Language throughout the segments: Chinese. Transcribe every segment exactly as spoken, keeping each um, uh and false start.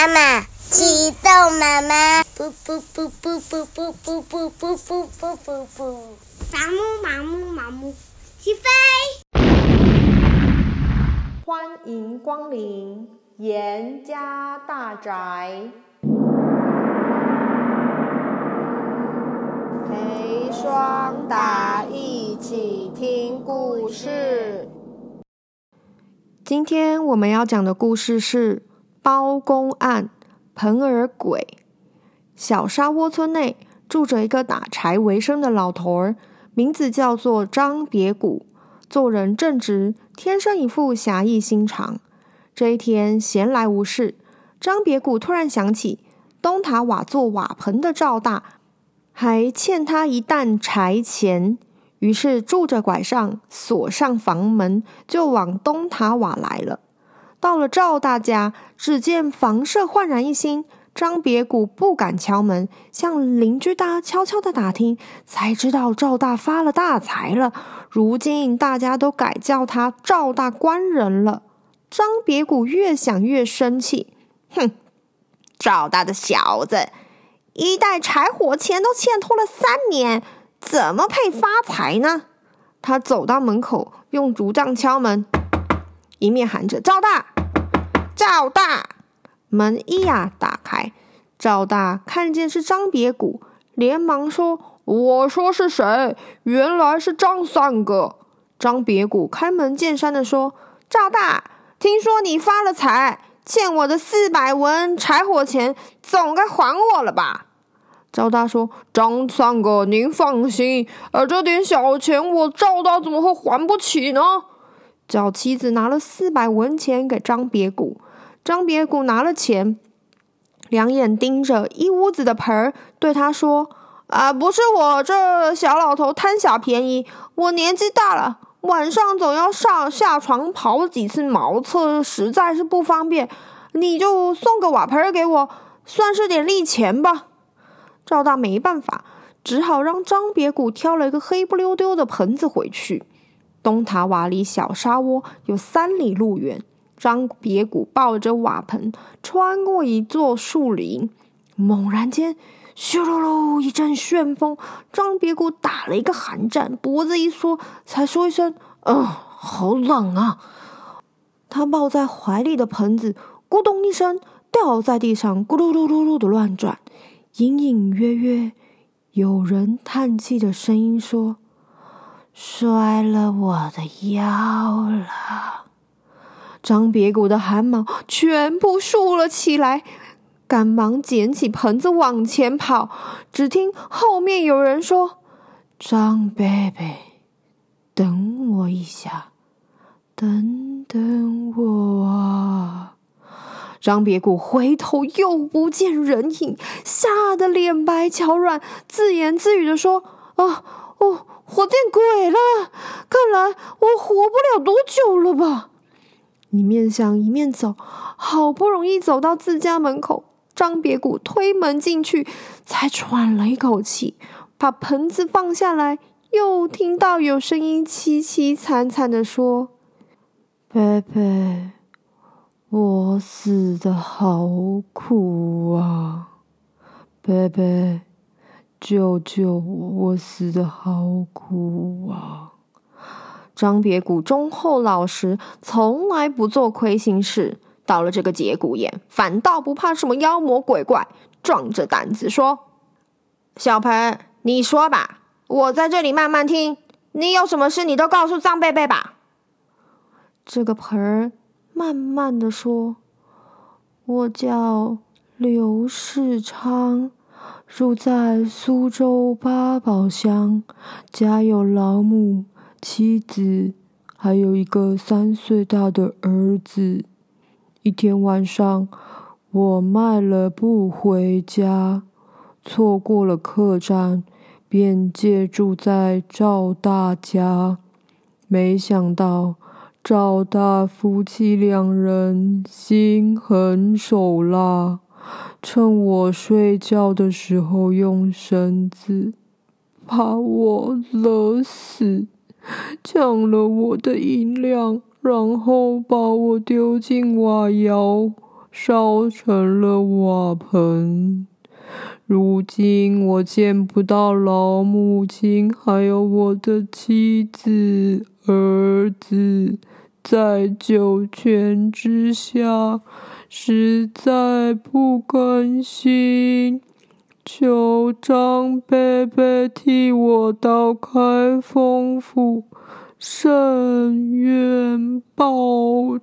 妈妈，启动妈妈，噗噗噗噗噗噗噗噗噗噗噗噗噗，麻木麻木麻木，起飞！ 欢迎光临严家大宅，陪双达一起听故事。今天我们要讲的故事是包公案盆儿鬼。小沙窝村内住着一个打柴为生的老头儿，名字叫做张别谷，做人正直，天生一副侠义心肠。这一天闲来无事，张别谷突然想起东塔瓦做瓦盆的赵大还欠他一担柴钱，于是拄着拐杖锁上房门，就往东塔瓦来了。到了赵大家，只见房舍焕然一新，张别谷不敢敲门，向邻居大悄悄地打听，才知道赵大发了大财了。如今大家都改叫他赵大官人了。张别谷越想越生气，哼，赵大的小子，一袋柴火钱都欠拖了三年，怎么配发财呢？他走到门口，用竹杖敲门，一面喊着赵大赵大。门一呀打开，赵大看见是张别谷，连忙说：我说是谁？原来是张三哥。张别谷开门见山地说：赵大，听说你发了财，欠我的四百文柴火钱，总该还我了吧？赵大说：张三哥您放心，而这点小钱我赵大怎么会还不起呢？叫妻子拿了四百文钱给张别谷，张别谷拿了钱，两眼盯着一屋子的盆儿，对他说：啊，不是我这小老头贪小便宜，我年纪大了，晚上总要上下床跑几次茅厕，实在是不方便，你就送个瓦盆给我，算是点利钱吧。赵大没办法，只好让张别谷挑了一个黑不溜丢的盆子回去。东塔瓦离小沙窝有三里路远，张别谷抱着瓦盆穿过一座树林，猛然间咻噜噜一阵旋风，张别谷打了一个寒战，脖子一缩，才说一声：嗯，好冷啊。他抱在怀里的盆子咕咚一声掉在地上，咕噜噜噜噜的乱转，隐隐约约有人叹气的声音说：摔了我的腰了。张别谷的汗毛全部竖了起来，赶忙捡起盆子往前跑，只听后面有人说：张贝贝，等我一下，等等我啊。张别谷回头又不见人影，吓得脸白脚软，自言自语地说：啊，哦，我见鬼了，看来我活不了多久了吧。一面想一面走，好不容易走到自家门口，张别谷推门进去，才喘了一口气，把盆子放下来，又听到有声音凄凄惨惨地说：贝贝，我死得好苦啊，贝贝，救救我，我死得好苦啊。张别谷忠厚老实，从来不做亏心事，到了这个节骨眼，反倒不怕什么妖魔鬼怪，壮着胆子说：小盆，你说吧，我在这里慢慢听，你有什么事你都告诉张贝贝吧。这个盆儿慢慢的说：我叫刘世昌，住在苏州八宝乡，家有老母、妻子，还有一个三岁大的儿子。一天晚上，我卖了不回家，错过了客栈，便借住在赵大家。没想到赵大夫妻两人心狠手辣，趁我睡觉的时候用绳子把我勒死，抢了我的银两，然后把我丢进瓦窑， 烧成了瓦盆。如今我见不到老母亲，还有我的妻子、儿子，在九泉之下，实在不甘心。求张伯伯替我到开封府申冤报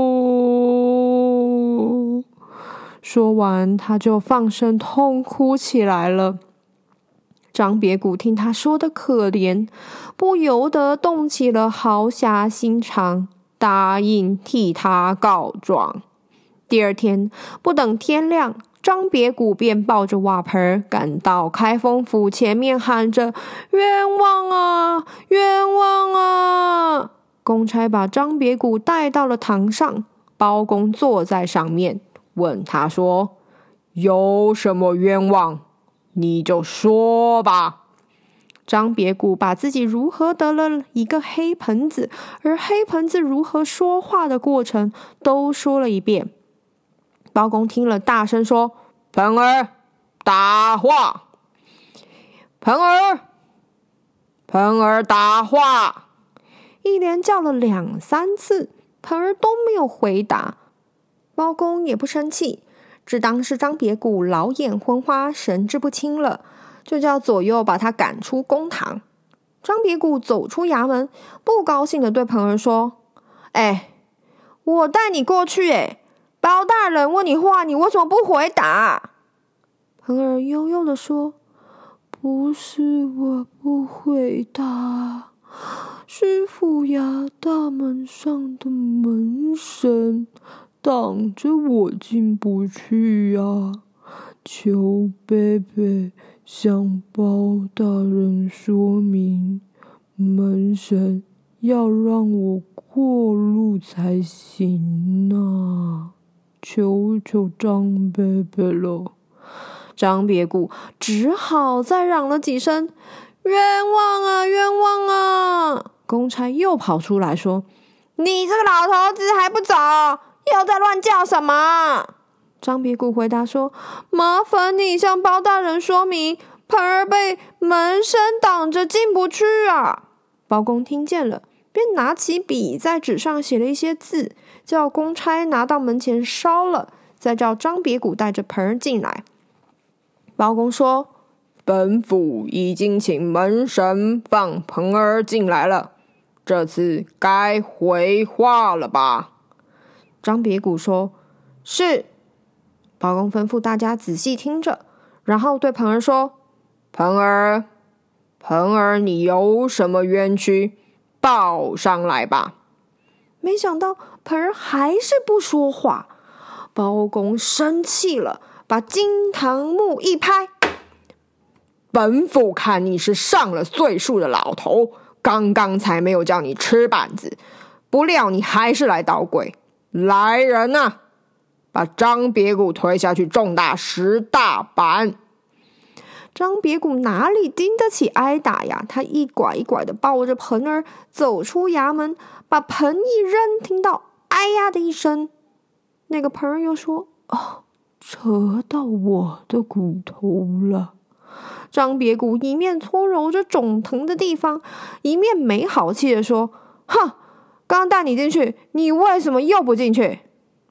仇。说完，他就放声痛哭起来了。张别谷听他说的可怜，不由得动起了豪侠心肠，答应替他告状。第二天，不等天亮，张别谷便抱着瓦盆赶到开封府前面，喊着冤枉啊，冤枉啊！公差把张别谷带到了堂上，包公坐在上面，问他说：有什么冤枉，你就说吧。张别谷把自己如何得了一个黑盆子，而黑盆子如何说话的过程都说了一遍。包公听了，大声说：盆儿答话，盆儿盆儿答话。一连叫了两三次，盆儿都没有回答。包公也不生气，只当是张别谷老眼昏花，神志不清了，就叫左右把他赶出公堂。张别谷走出衙门，不高兴地对盆儿说：哎，我带你过去，哎，包大人问你话，你为什么不回答？盆儿悠悠地说：不是我不回答，是府衙大门上的门神挡着我进不去呀、啊！求伯伯向包大人说明，门神要让我过路才行啊！求求张伯伯了。张别谷只好再嚷了几声冤枉啊，冤枉啊！公差又跑出来说：你这个老头子还不走，又在乱叫什么？张别谷回答说：麻烦你向包大人说明，盆儿被门生挡着进不去啊！包公听见了，便拿起笔在纸上写了一些字，叫公差拿到门前烧了，再叫张别谷带着盆儿进来。包公说：本府已经请门神放盆儿进来了，这次该回话了吧？张别谷说：是。包公吩咐大家仔细听着，然后对盆儿说：盆儿，盆儿，你有什么冤屈，报上来吧。没想到盆儿还是不说话，包公生气了，把惊堂木一拍：本府看你是上了岁数的老头，刚刚才没有叫你吃板子，不料你还是来捣鬼。来人啊，把张别谷推下去重打十大板。张别谷哪里经得起挨打呀？他一拐一拐的抱着盆儿走出衙门，把盆一扔，听到哎呀的一声，那个盆儿又说：哦，扯到我的骨头了。张别谷一面搓揉着肿疼的地方，一面没好气的说：哼，刚带你进去，你为什么又不进去？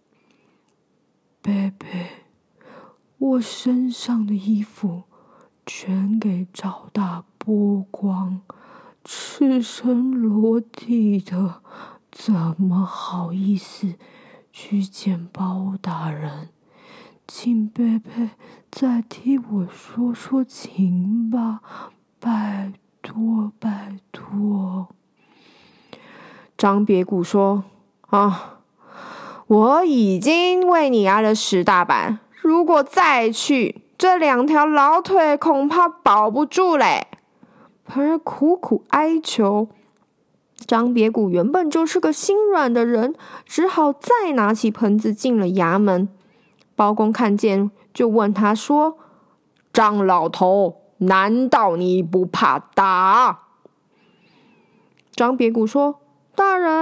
贝贝，我身上的衣服全给赵大剥光，赤身裸体的，怎么好意思去见包大人？请贝贝再替我说说情吧，拜托拜托。张别谷说：啊，我已经为你挨了十大板，如果再去，这两条老腿恐怕保不住嘞。盆儿苦苦哀求。张别谷原本就是个心软的人，只好再拿起盆子进了衙门。包公看见，就问他说：张老头，难道你不怕打？张别谷说：大人，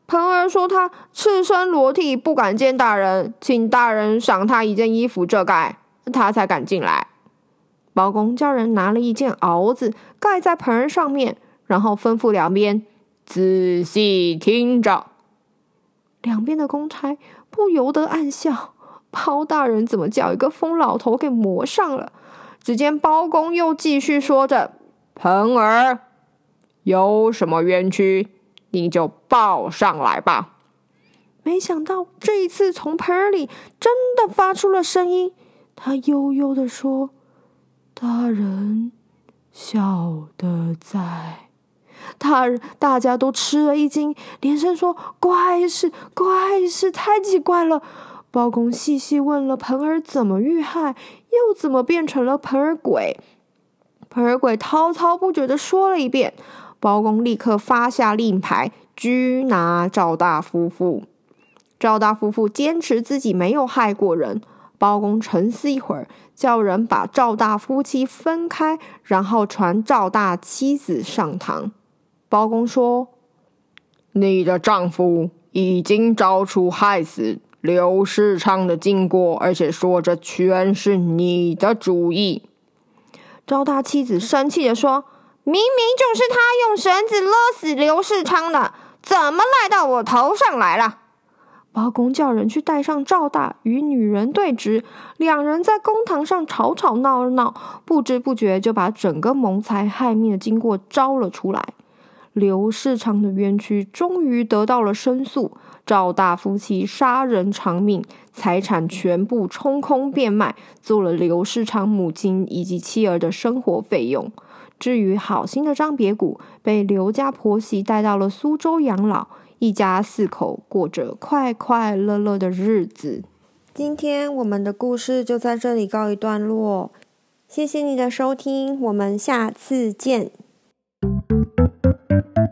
盆儿说他赤身裸体不敢见大人，请大人赏他一件衣服遮盖，他才敢进来。包公叫人拿了一件袄子盖在盆儿上面，然后吩咐两边仔细听着。两边的公差不由得暗笑，包大人怎么叫一个疯老头给磨上了？只见包公又继续说着：盆儿，有什么冤屈你就报上来吧。没想到这一次从盆儿里真的发出了声音，他悠悠地说：大人小的在。大大家都吃了一惊，连声说：怪事怪事，太奇怪了。包公细细问了盆儿怎么遇害，又怎么变成了盆儿鬼。盆儿鬼滔滔不绝地说了一遍。包公立刻发下令牌，拘拿赵大夫妇。赵大夫妇坚持自己没有害过人。包公沉思一会儿，叫人把赵大夫妻分开，然后传赵大妻子上堂。包公说：你的丈夫已经招出害死刘世昌的经过，而且说这全是你的主意。赵大妻子生气地说：明明就是他用绳子勒死刘世昌的，怎么赖到我头上来了？包公叫人去带上赵大与女人对质，两人在公堂上吵吵闹闹，不知不觉就把整个谋财害命的经过招了出来。刘世昌的冤屈终于得到了申诉，赵大夫妻杀人偿命，财产全部充公变卖，做了刘世昌母亲以及妻儿的生活费用。至于好心的张别谷，被刘家婆媳带到了苏州养老，一家四口过着快快乐乐的日子。今天我们的故事就在这里告一段落，谢谢你的收听，我们下次见。